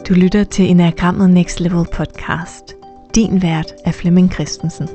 Du lytter til Enneagrammet Next Level podcast. Din vært er Flemming Christensen.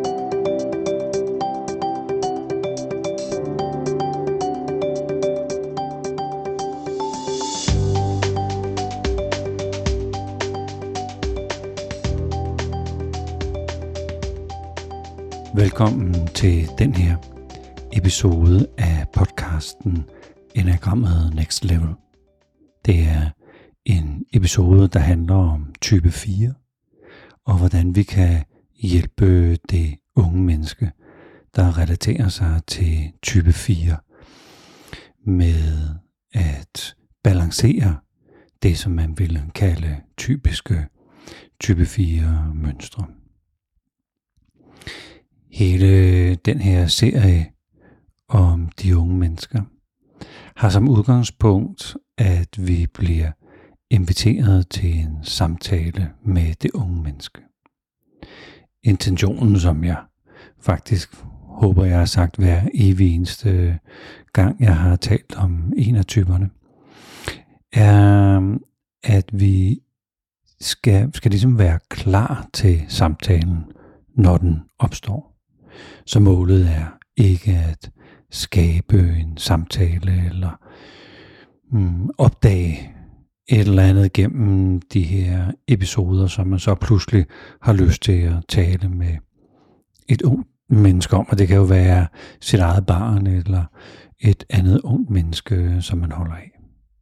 Velkommen til den her episode af podcasten Enneagrammet Next Level. Det er en episode, der handler om type 4, og hvordan vi kan hjælpe det unge menneske, der relaterer sig til type 4, med at balancere det, som man ville kalde typiske type 4 mønstre. Hele den her serie om de unge mennesker har som udgangspunkt, at vi bliver inviteret til en samtale med det unge menneske. Intentionen, som jeg faktisk håber, jeg har sagt hver evig eneste gang, jeg har talt om en af typerne, er, at vi skal ligesom være klar til samtalen, når den opstår. Så målet er ikke at skabe en samtale eller opdage et eller andet gennem de her episoder, som man så pludselig har lyst til at tale med et ungt menneske om. Og det kan jo være sit eget barn eller et andet ungt menneske, som man holder af.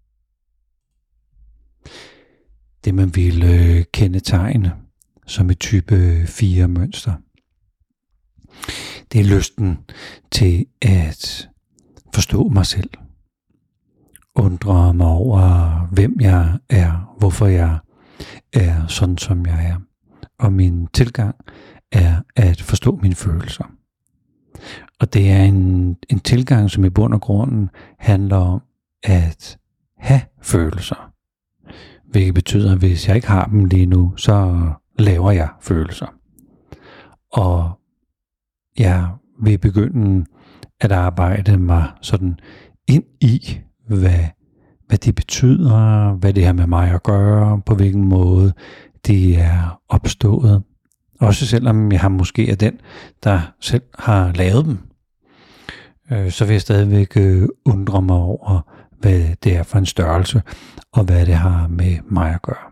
Det man vil kendetegne som et type 4 mønster, det er lysten til at forstå mig selv. Undre mig over, hvem jeg er, hvorfor jeg er sådan, som jeg er. Og min tilgang er at forstå mine følelser. Og det er en tilgang, som i bund og grunden handler om at have følelser. Hvilket betyder, at hvis jeg ikke har dem lige nu, så laver jeg følelser. Og jeg vil begynde at arbejde mig sådan ind i, hvad det betyder, hvad det har med mig at gøre, på hvilken måde det er opstået. Også selvom jeg måske er den, der selv har lavet dem, så vil jeg stadigvæk undre mig over, hvad det er for en størrelse, og hvad det har med mig at gøre.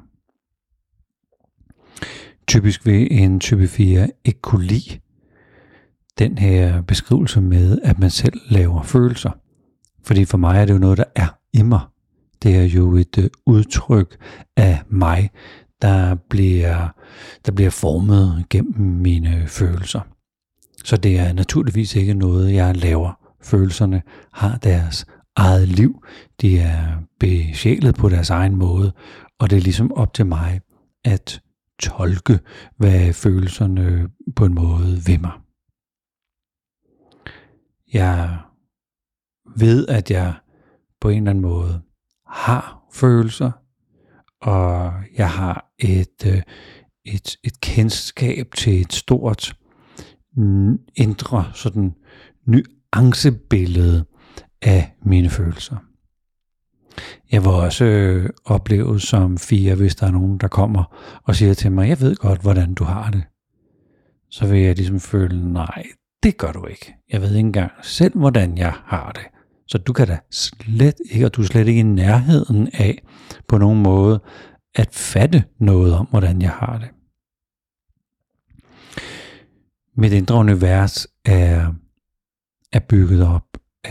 Typisk vil en type 4 ikke kunne lide den her beskrivelse med, at man selv laver følelser. Fordi for mig er det jo noget, der er i mig. Det er jo et udtryk af mig, der bliver formet gennem mine følelser. Så det er naturligvis ikke noget, jeg laver. Følelserne har deres eget liv. De er besjælet på deres egen måde, og det er ligesom op til mig at tolke, hvad følelserne på en måde vil mig. Jeg ved, at jeg på en eller anden måde har følelser, og jeg har et kendskab til et stort indre sådan nuancebillede af mine følelser. Jeg vil også opleve som 4, hvis der er nogen, der kommer og siger til mig, jeg ved godt, hvordan du har det. Så vil jeg ligesom føle, nej, det gør du ikke. Jeg ved ikke engang selv, hvordan jeg har det. Så du kan da slet ikke, og du er slet ikke i nærheden af på nogen måde at fatte noget om, hvordan jeg har det. Mit indre univers er bygget op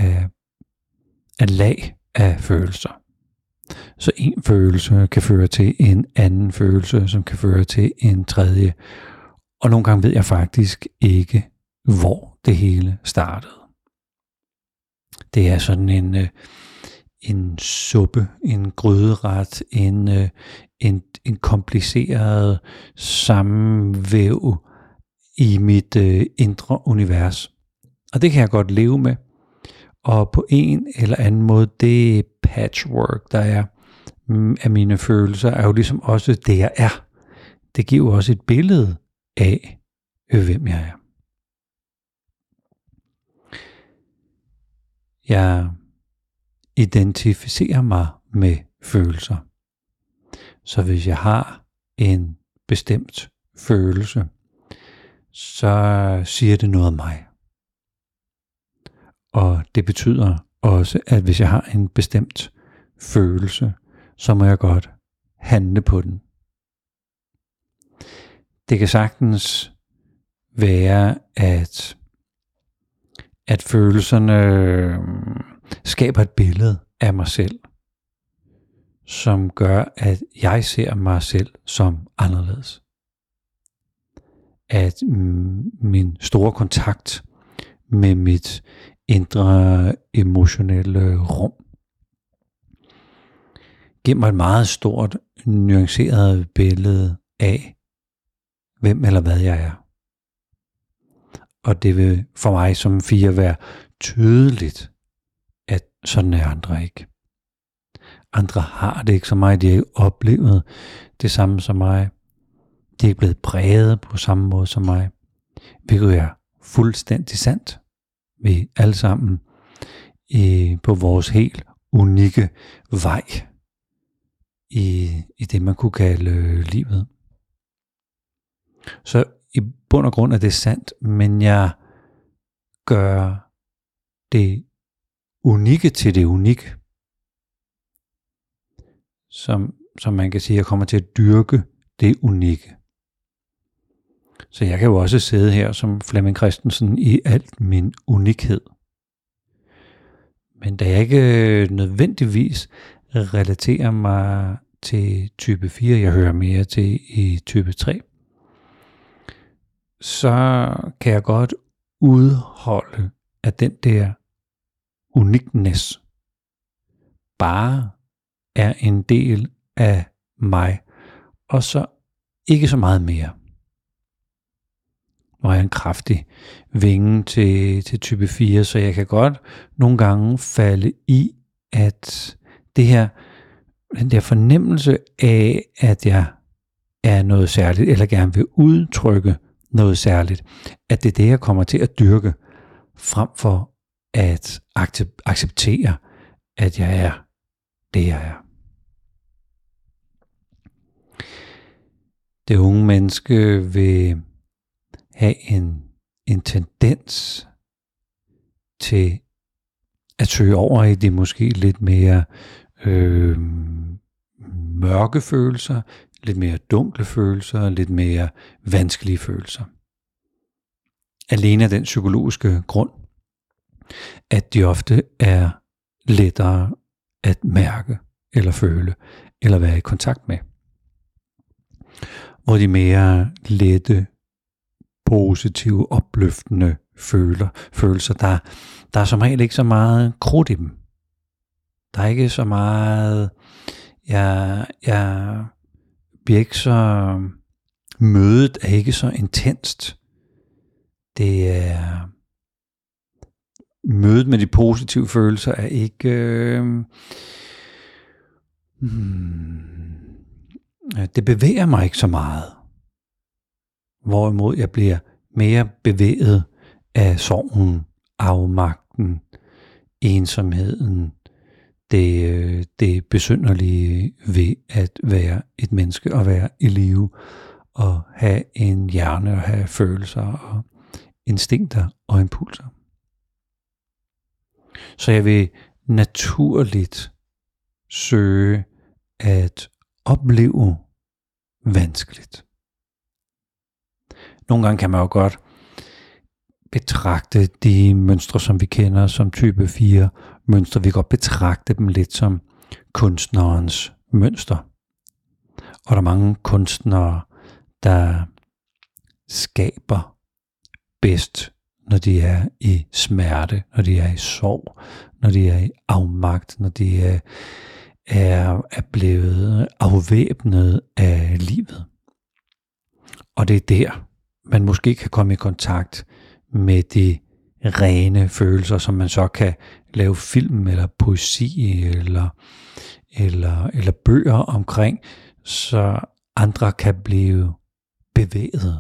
af lag af følelser. Så en følelse kan føre til en anden følelse, som kan føre til en tredje. Og nogle gange ved jeg faktisk ikke, hvor det hele startede. Det er sådan en suppe, en gryderet, en kompliceret sammenvæv i mit indre univers. Og det kan jeg godt leve med. Og på en eller anden måde, det patchwork, der er af mine følelser, er jo ligesom også det, jeg er. Det giver også et billede af, hvem jeg er. Jeg identificerer mig med følelser. Så hvis jeg har en bestemt følelse, så siger det noget om mig. Og det betyder også, at hvis jeg har en bestemt følelse, så må jeg godt handle på den. Det kan sagtens være, at følelserne skaber et billede af mig selv, som gør, at jeg ser mig selv som anderledes. At min store kontakt med mit indre emotionelle rum giver mig et meget stort, nuanceret billede af, hvem eller hvad jeg er. Og det vil for mig som 4 være tydeligt, at sådan er andre ikke. Andre har det ikke som mig, de har ikke oplevet det samme som mig. De er ikke blevet præget på samme måde som mig. Hvilket er fuldstændig sandt. Vi er alle sammen på vores helt unikke vej i det, man kunne kalde livet. Så i bund og grund er det sandt, men jeg gør det unikke til det unikke. Som man kan sige, jeg kommer til at dyrke det unikke. Så jeg kan jo også sidde her som Flemming Christensen i alt min unikhed. Men da jeg ikke nødvendigvis relaterer mig til type 4, jeg hører mere til i type 3, så kan jeg godt udholde, at den der uniqueness bare er en del af mig, og så ikke så meget mere. Nu har jeg en kraftig vinge til type 4, så jeg kan godt nogle gange falde i, at det her, den der fornemmelse af, at jeg er noget særligt, eller gerne vil udtrykke noget særligt, at det er det, jeg kommer til at dyrke, frem for at acceptere, at jeg er det, jeg er. Det unge menneske vil have en tendens til at søge over i de måske lidt mere mørke følelser, lidt mere dunkle følelser, lidt mere vanskelige følelser. Alene af den psykologiske grund, at de ofte er lettere at mærke eller føle eller være i kontakt med. Hvor de mere lette, positive, opløftende følelser, der er som regel ikke så meget krudt i dem. Der er ikke så meget, jeg bliver ikke så, mødet er ikke så intenst. Det er, mødet med de positive følelser er ikke, det bevæger mig ikke så meget. Hvorimod jeg bliver mere bevæget af sorgen, afmagten, ensomheden, det besynderlige ved at være et menneske og være i live og have en hjerne og have følelser og instinkter og impulser. Så jeg vil naturligt søge at opleve vanskeligt. Nogle gange kan man jo godt betragte de mønstre, som vi kender som type 4 mønstre, vi kan godt betragte dem lidt som kunstnerens mønster. Og der er mange kunstnere, der skaber bedst, når de er i smerte, når de er i sorg, når de er i afmagt, når de er blevet afvæbnet af livet. Og det er der, man måske kan komme i kontakt med de rene følelser, som man så kan lave film eller poesi eller bøger omkring, så andre kan blive bevæget.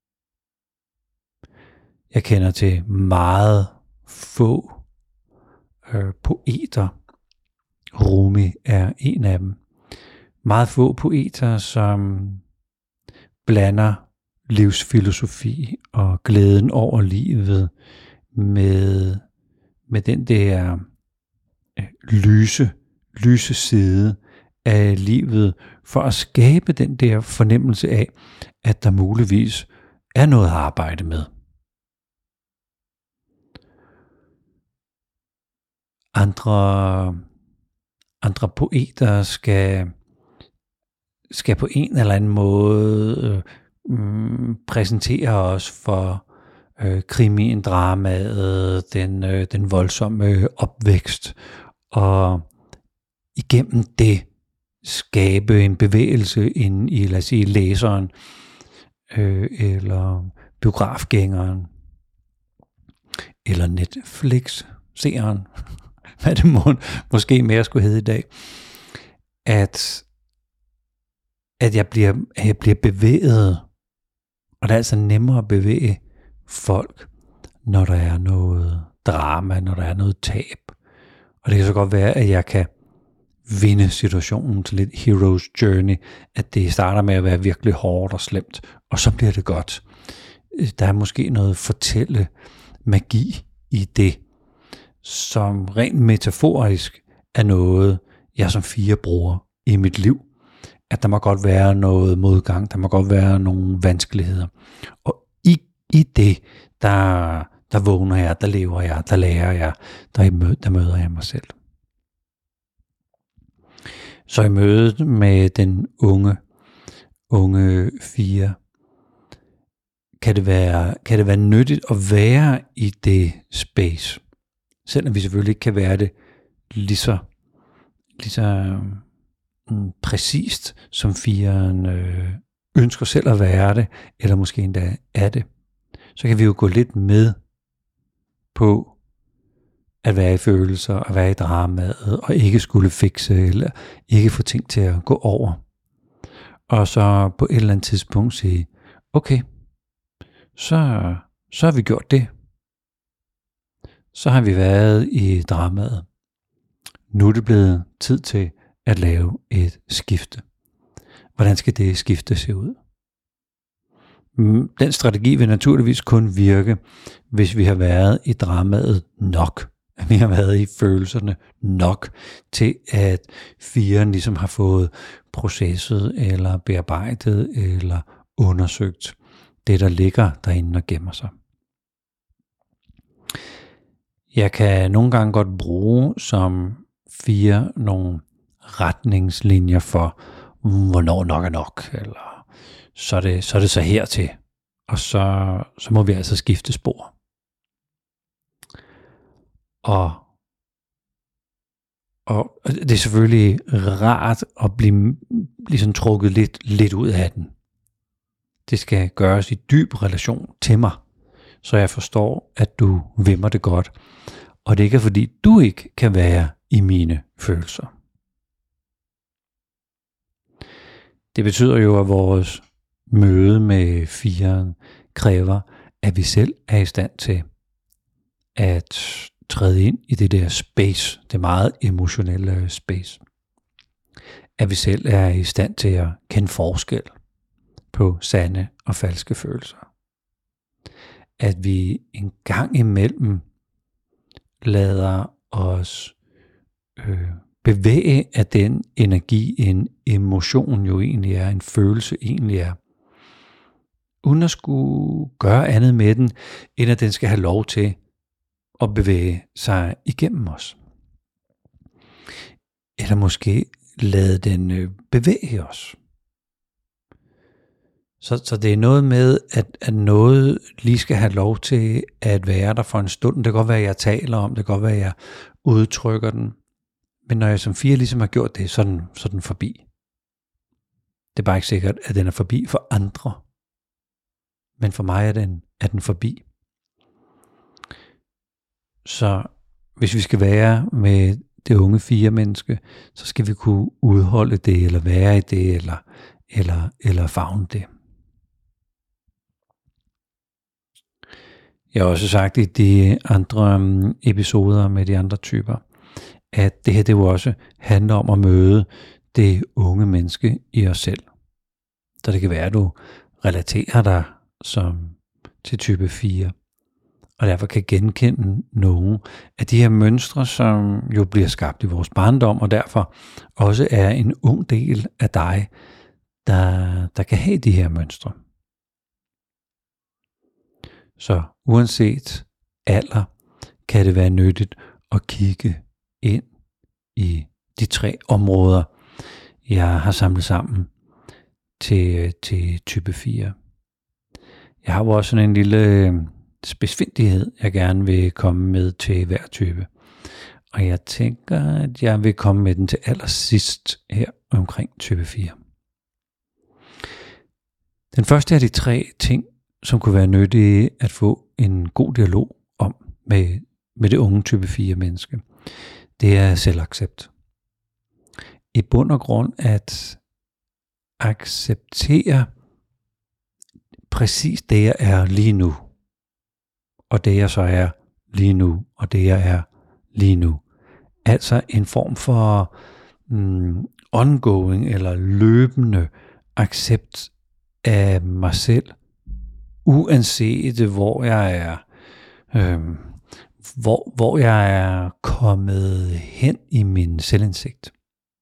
Jeg kender til meget få poeter. Rumi er en af dem, meget få poeter, som blander livsfilosofi og glæden over livet med den der lyse side af livet, for at skabe den der fornemmelse af, at der muligvis er noget at arbejde med. Andre poeter skal på en eller anden måde præsentere os for krimien, dramaet, den voldsomme opvækst, og igennem det skabe en bevægelse ind i, lad os sige, læseren eller biografgængeren eller Netflix-seeren, hvad det måske mere skulle hedde i dag, at jeg bliver bevæget, og det er altså nemmere at bevæge folk, når der er noget drama, når der er noget tab. Og det kan så godt være, at jeg kan vinde situationen til lidt hero's journey, at det starter med at være virkelig hårdt og slemt, og så bliver det godt. Der er måske noget fortælle magi i det, som rent metaforisk er noget, jeg som 4 bruger i mit liv. At der må godt være noget modgang, der må godt være nogle vanskeligheder. Og i det, der vågner jeg, der lever jeg, der lærer jeg, der møder jeg mig selv. Så i mødet med den unge 4, kan det være nyttigt at være i det space, selvom vi selvfølgelig ikke kan være det lige så præcist, som 4'eren ønsker selv at være det, eller måske endda er det. Så kan vi jo gå lidt med på at være i følelser, at være i dramaet, og ikke skulle fikse, eller ikke få ting til at gå over. Og så på et eller andet tidspunkt sige, okay, så har vi gjort det. Så har vi været i dramaet. Nu er det blevet tid til at lave et skifte. Hvordan skal det skifte se ud? Den strategi vil naturligvis kun virke, hvis vi har været i dramaet nok. Vi har været i følelserne nok til, at 4'eren ligesom har fået processet, eller bearbejdet, eller undersøgt det, der ligger derinde og gemmer sig. Jeg kan nogle gange godt bruge som 4 nogle retningslinjer for, hvornår nok er nok, eller så er det så hertil, og så må vi altså skifte spor. Og det er selvfølgelig rart at blive ligesom trukket lidt ud af den. Det skal gøres i dyb relation til mig, så jeg forstår, at du vil mig det godt, og det ikke er fordi du ikke kan være i mine følelser. Det betyder jo, at vores møde med 4'eren kræver, at vi selv er i stand til at træde ind i det der space, det meget emotionelle space. At vi selv er i stand til at kende forskel på sande og falske følelser. At vi en gang imellem lader os bevæge af den energi, en emotion jo egentlig er, en følelse egentlig er, uden at skulle gøre andet med den, end at den skal have lov til at bevæge sig igennem os. Eller måske lade den bevæge os. Så det er noget med, at noget lige skal have lov til at være der for en stund. Det kan godt være, at jeg taler om, det kan godt være, at jeg udtrykker den. Men når jeg som 4 ligesom har gjort det, så er den forbi. Det er bare ikke sikkert, at den er forbi for andre. Men for mig er den forbi. Så hvis vi skal være med det unge 4-menneske, så skal vi kunne udholde det, eller være i det, eller favne det. Jeg har også sagt i de andre episoder med de andre typer, at det her det jo også handler om at møde det unge menneske i os selv. Så det kan være, at du relaterer dig til type 4, og derfor kan genkende nogle af de her mønstre, som jo bliver skabt i vores barndom, og derfor også er en ung del af dig, der kan have de her mønstre. Så uanset alder, kan det være nyttigt at kigge ind i de 3 områder, jeg har samlet sammen til type 4. Jeg har jo også sådan en lille spidsfindighed, jeg gerne vil komme med til hver type. Og jeg tænker, at jeg vil komme med den til allersidst her omkring type 4. Den første af de 3 ting, som kunne være nyttige at få en god dialog om med det unge type 4 menneske, det er selvaccept. I bund og grund at acceptere præcis det, jeg er lige nu, og det jeg så er lige nu, og det jeg er lige nu. Altså en form for ongoing eller løbende accept af mig selv, uanset hvor jeg er, hvor jeg er kommet hen i min selvindsigt.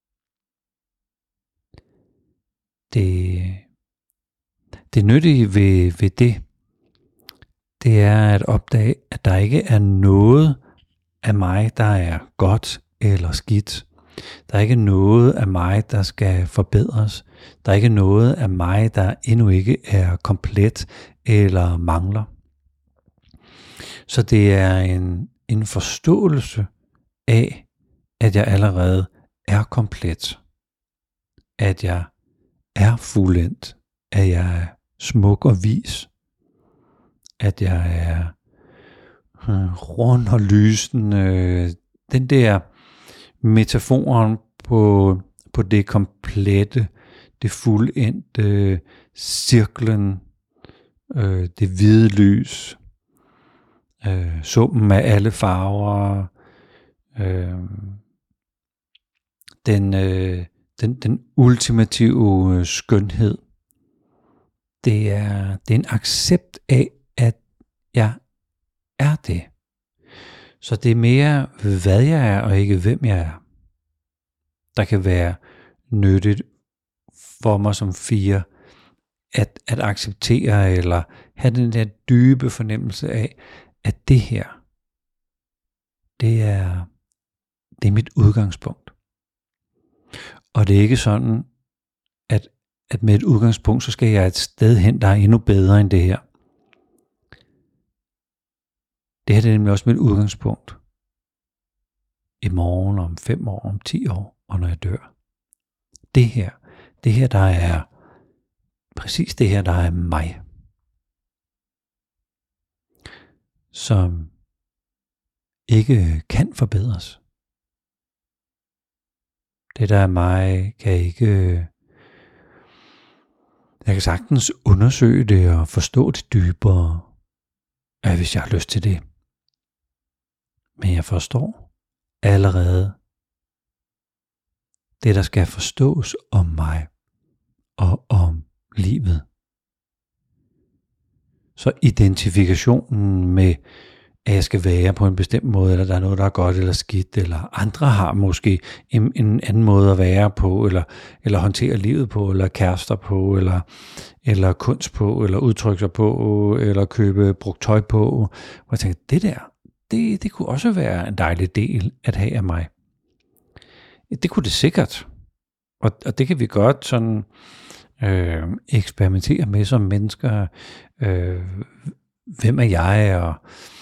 Det nyttige ved det er at opdage, at der ikke er noget af mig, der er godt eller skidt. Der er ikke noget af mig, der skal forbedres. Der er ikke noget af mig, der endnu ikke er komplet eller mangler. Så det er en forståelse af, at jeg allerede er komplet. At jeg er fuldendt. At jeg er smuk og vis. At jeg er rund og lysende. Den der metaforen på det komplette, det fuldendte, cirklen, det hvide lys, summen af alle farver, den ultimative skønhed. Det er en accept af, at jeg er det. Så det er mere, hvad jeg er, og ikke hvem jeg er, der kan være nyttigt for mig som 4, at acceptere eller have den der dybe fornemmelse af, at det her, det er mit udgangspunkt. Og det er ikke sådan, at med et udgangspunkt, så skal jeg et sted hen, der er endnu bedre end det her. Det her det er nemlig også mit udgangspunkt. I morgen, om 5 år, om 10 år, og når jeg dør. Det her der er præcis det her, der er mig. Som ikke kan forbedres. Det der er mig, kan ikke... Jeg kan sagtens undersøge det og forstå det dybere, hvis jeg har lyst til det. Men jeg forstår allerede det, der skal forstås om mig og om livet. Så identifikationen med, at jeg skal være på en bestemt måde, eller der er noget, der er godt eller skidt, eller andre har måske en anden måde at være på, eller håndtere livet på, eller kærester på, eller kunst på, eller udtrykke sig på, eller købe brugt tøj på. Og jeg tænkte, det kunne også være en dejlig del at have af mig. Det kunne det sikkert. Og det kan vi godt sådan eksperimentere med som mennesker. Hvem er jeg, og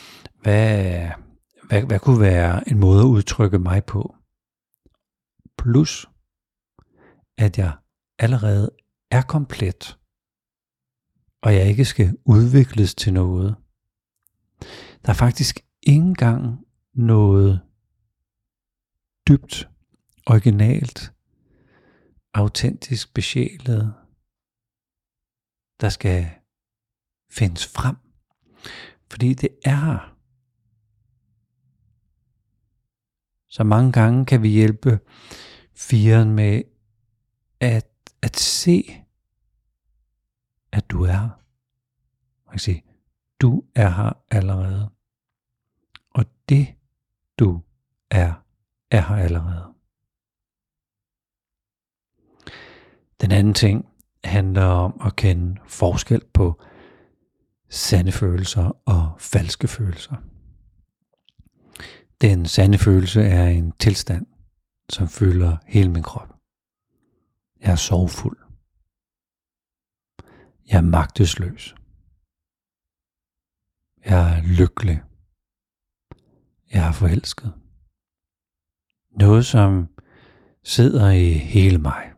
hvad kunne være en måde at udtrykke mig på? Plus, at jeg allerede er komplet, og jeg ikke skal udvikles til noget. Der er faktisk ikke engang noget dybt, originalt, autentisk, besjælet, der skal findes frem. Fordi det er her. Så mange gange kan vi hjælpe 4'eren med at se, at du er her. Man kan sige, du er her allerede. Og det du er her allerede. Den anden ting handler om at kende forskel på sande følelser og falske følelser. Den sande følelse er en tilstand, som fylder hele min krop. Jeg er sorgfuld. Jeg er magtesløs. Jeg er lykkelig. Jeg er forelsket. Noget, som sidder i hele mig.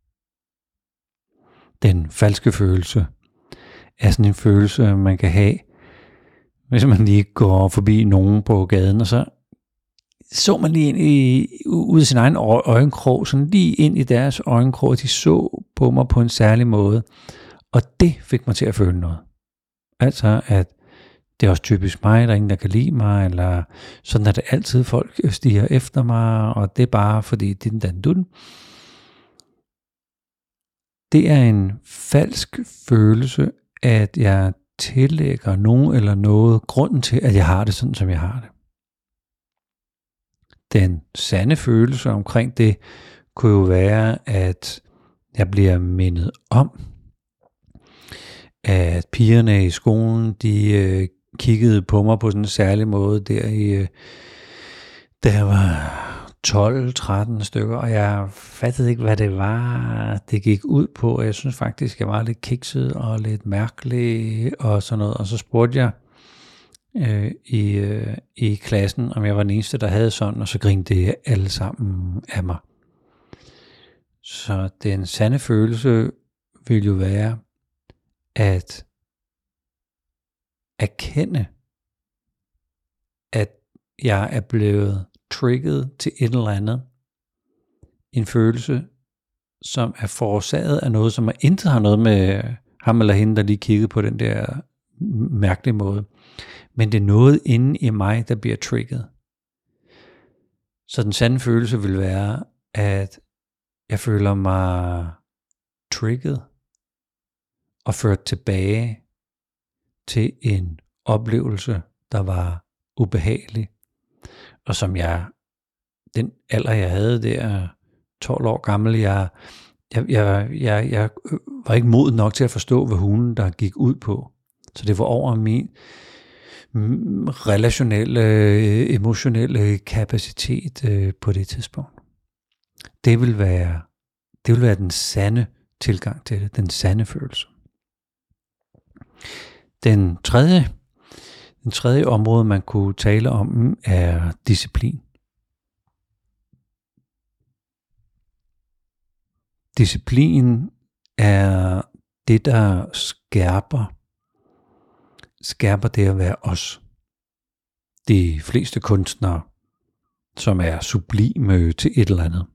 Den falske følelse er sådan en følelse, man kan have, hvis man lige går forbi nogen på gaden, og så man lige ind ud af sin egen øjenkrog, sådan lige ind i deres øjenkrog, de så på mig på en særlig måde, og det fik mig til at føle noget. Altså, at det er også typisk mig, der er ingen, der kan lide mig, eller sådan er det altid, folk stiger efter mig, og det er bare fordi, den. Det er en falsk følelse, at jeg tillægger nogen eller noget grunden til, at jeg har det sådan, som jeg har det. Den sande følelse omkring det kunne jo være, at jeg bliver mindet om, at pigerne i skolen, de kiggede på mig på sådan en særlig måde da jeg var 12-13 stykker, og jeg fattede ikke, hvad det var, det gik ud på, og jeg synes faktisk, jeg var lidt kikset og lidt mærkelig og sådan noget, og så spurgte jeg i klassen, om jeg var den eneste, der havde sådan, og så grinede alle sammen af mig. Så den sande følelse vil jo være, at erkende, at jeg er blevet trigget til et eller andet. En følelse, som er forårsaget af noget, som intet har noget med ham eller hende, der lige kiggede på den der mærkelige måde. Men det er noget inde i mig, der bliver trigget. Så den sande følelse vil være, at jeg føler mig trigget og ført tilbage til en oplevelse, der var ubehagelig, og som den alder jeg havde der, 12 år gammel, jeg var ikke moden nok til at forstå, hvad hunden der gik ud på. Så det var over min relationelle, emotionelle kapacitet på det tidspunkt. Det vil være den sande tilgang til det, den sande følelse. Den tredje område, man kunne tale om, er disciplin. Disciplin er det, der skærper det at være os. De fleste kunstnere, som er sublime til et eller andet,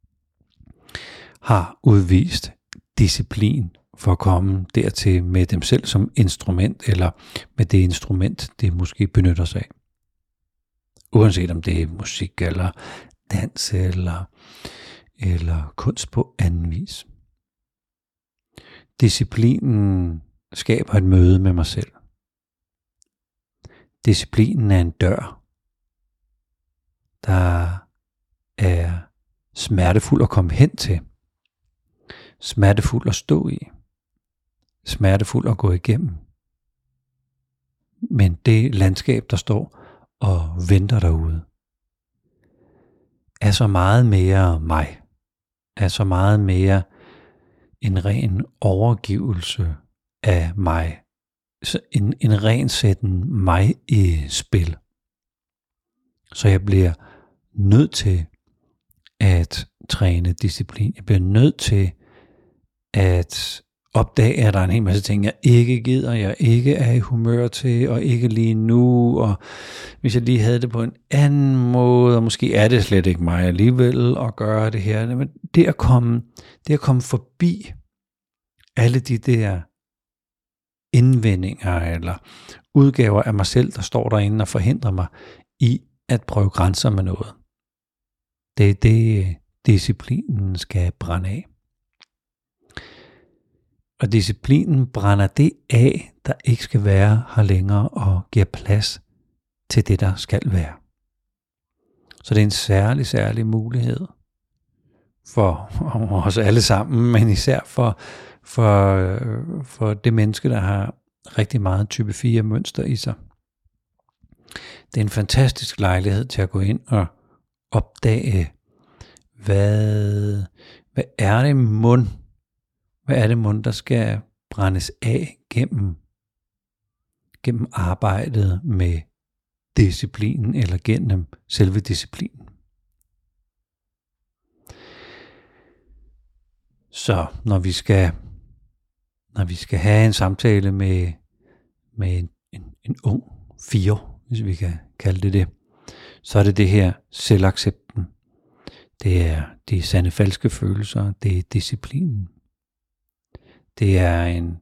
har udvist disciplin for at komme dertil med dem selv som instrument, eller med det instrument, det måske benytter sig af. Uanset om det er musik, eller dans, eller kunst på anden vis. Disciplinen skaber et møde med mig selv. Disciplinen er en dør, der er smertefuld at komme hen til. Smertefuld at stå i. Smertefuld at gå igennem. Men det landskab, der står og venter derude, er så meget mere mig. Er så meget mere en ren overgivelse af mig. En ren sætten mig i spil. Så jeg bliver nødt til at træne disciplin. Jeg bliver nødt til at opdage, at der er en hel masse ting, jeg ikke gider, jeg ikke er i humør til, og ikke lige nu, og hvis jeg lige havde det på en anden måde, og måske er det slet ikke mig alligevel at gøre det her, men det at komme forbi alle de der indvendinger, eller udgaver af mig selv, der står derinde og forhindrer mig i at prøve grænser med noget. Det er det, disciplinen skal brænde af. Og disciplinen brænder det af, der ikke skal være her længere, og giver plads til det, der skal være. Så det er en særlig mulighed for os alle sammen, men især for det menneske, der har rigtig meget type 4 mønster i sig. Det er en fantastisk lejlighed til at gå ind og opdage, hvad er det mund, der skal brændes af gennem arbejdet med disciplinen eller gennem selve disciplinen. Så når vi skal have en samtale med en ung 4, hvis vi kan kalde det, så er det her selvaccepten. Det er de sande falske følelser, det er disciplinen. Det er en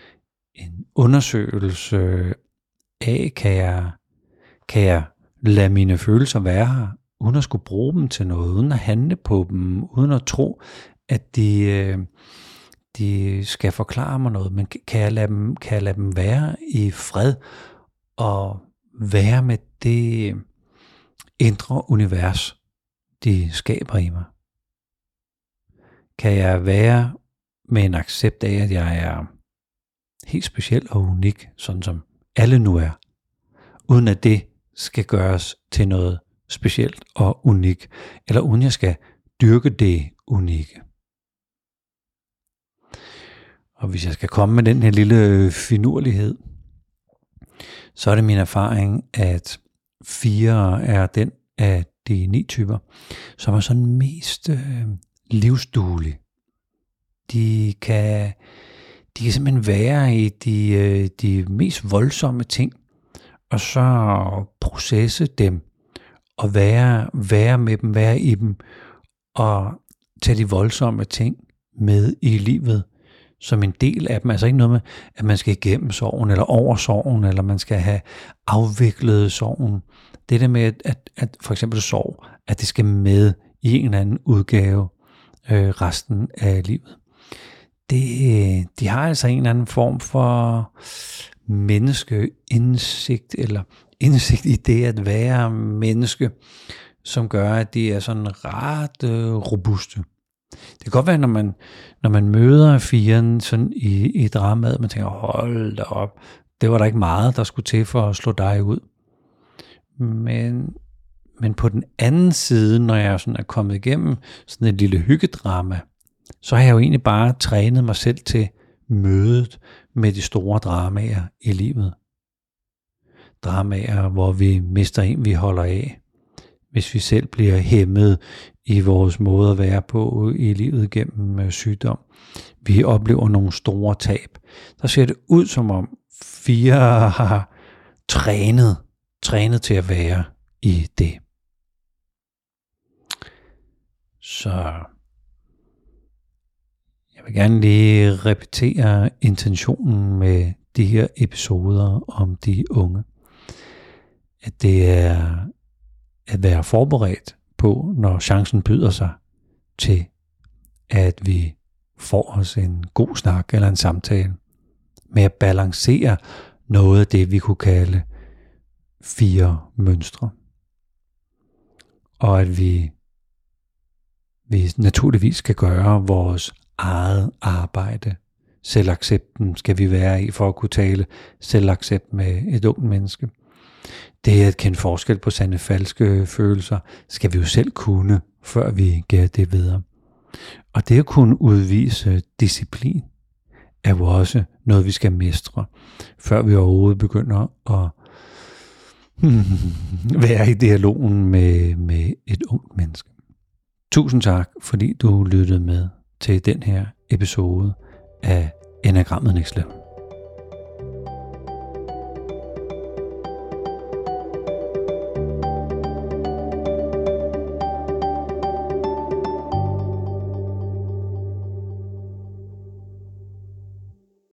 undersøgelse af, kan jeg lade mine følelser være her, uden at skulle bruge dem til noget, uden at handle på dem, uden at tro, at de skal forklare mig noget, men kan jeg lade dem være i fred og være med det indre univers, de skaber i mig? Kan jeg være med en accept af, at jeg er helt speciel og unik, sådan som alle nu er, uden at det skal gøres til noget specielt og unik, eller uden jeg skal dyrke det unikke. Og hvis jeg skal komme med den her lille finurlighed, så er det min erfaring, at 4 er den af de 9 typer, som er sådan mest livsduelige. De kan simpelthen være i de mest voldsomme ting, og så processe dem, og være med dem, være i dem, og tage de voldsomme ting med i livet, som en del af dem. Altså ikke noget med, at man skal igennem sorgen, eller over sorgen, eller man skal have afviklet sorgen. Det der med, at for eksempel sorg, at det skal med i en eller anden udgave resten af livet. De har altså en eller anden form for menneskeindsigt, eller indsigt i det at være menneske, som gør, at de er sådan ret robuste. Det kan godt være, når man møder 4'eren sådan i dramaet, man tænker, hold da op, det var der ikke meget, der skulle til for at slå dig ud. Men på den anden side, når jeg sådan er kommet igennem sådan et lille hyggedrama, så har jeg jo egentlig bare trænet mig selv til mødet med de store dramaer i livet. Dramaer, hvor vi mister en, vi holder af. Hvis vi selv bliver hæmmet i vores måde at være på i livet gennem sygdom. Vi oplever nogle store tab. Der ser det ud som om 4 har trænet til at være i det. Så jeg vil gerne lige repetere intentionen med de her episoder om de unge. At det er at være forberedt på, når chancen byder sig til, at vi får os en god snak eller en samtale, med at balancere noget af det, vi kunne kalde 4 mønstre. Og at vi naturligvis skal gøre vores eget arbejde. Selvaccepten skal vi være i for at kunne tale selvaccept med et ungt menneske. Det at kende forskel på sande falske følelser, skal vi jo selv kunne, før vi giver det videre. Og det at kunne udvise disciplin, er jo også noget, vi skal mestre, før vi overhovedet begynder at være i dialogen med et ungt menneske. Tusind tak, fordi du lyttede med til den her episode af Enagrammet Next Level.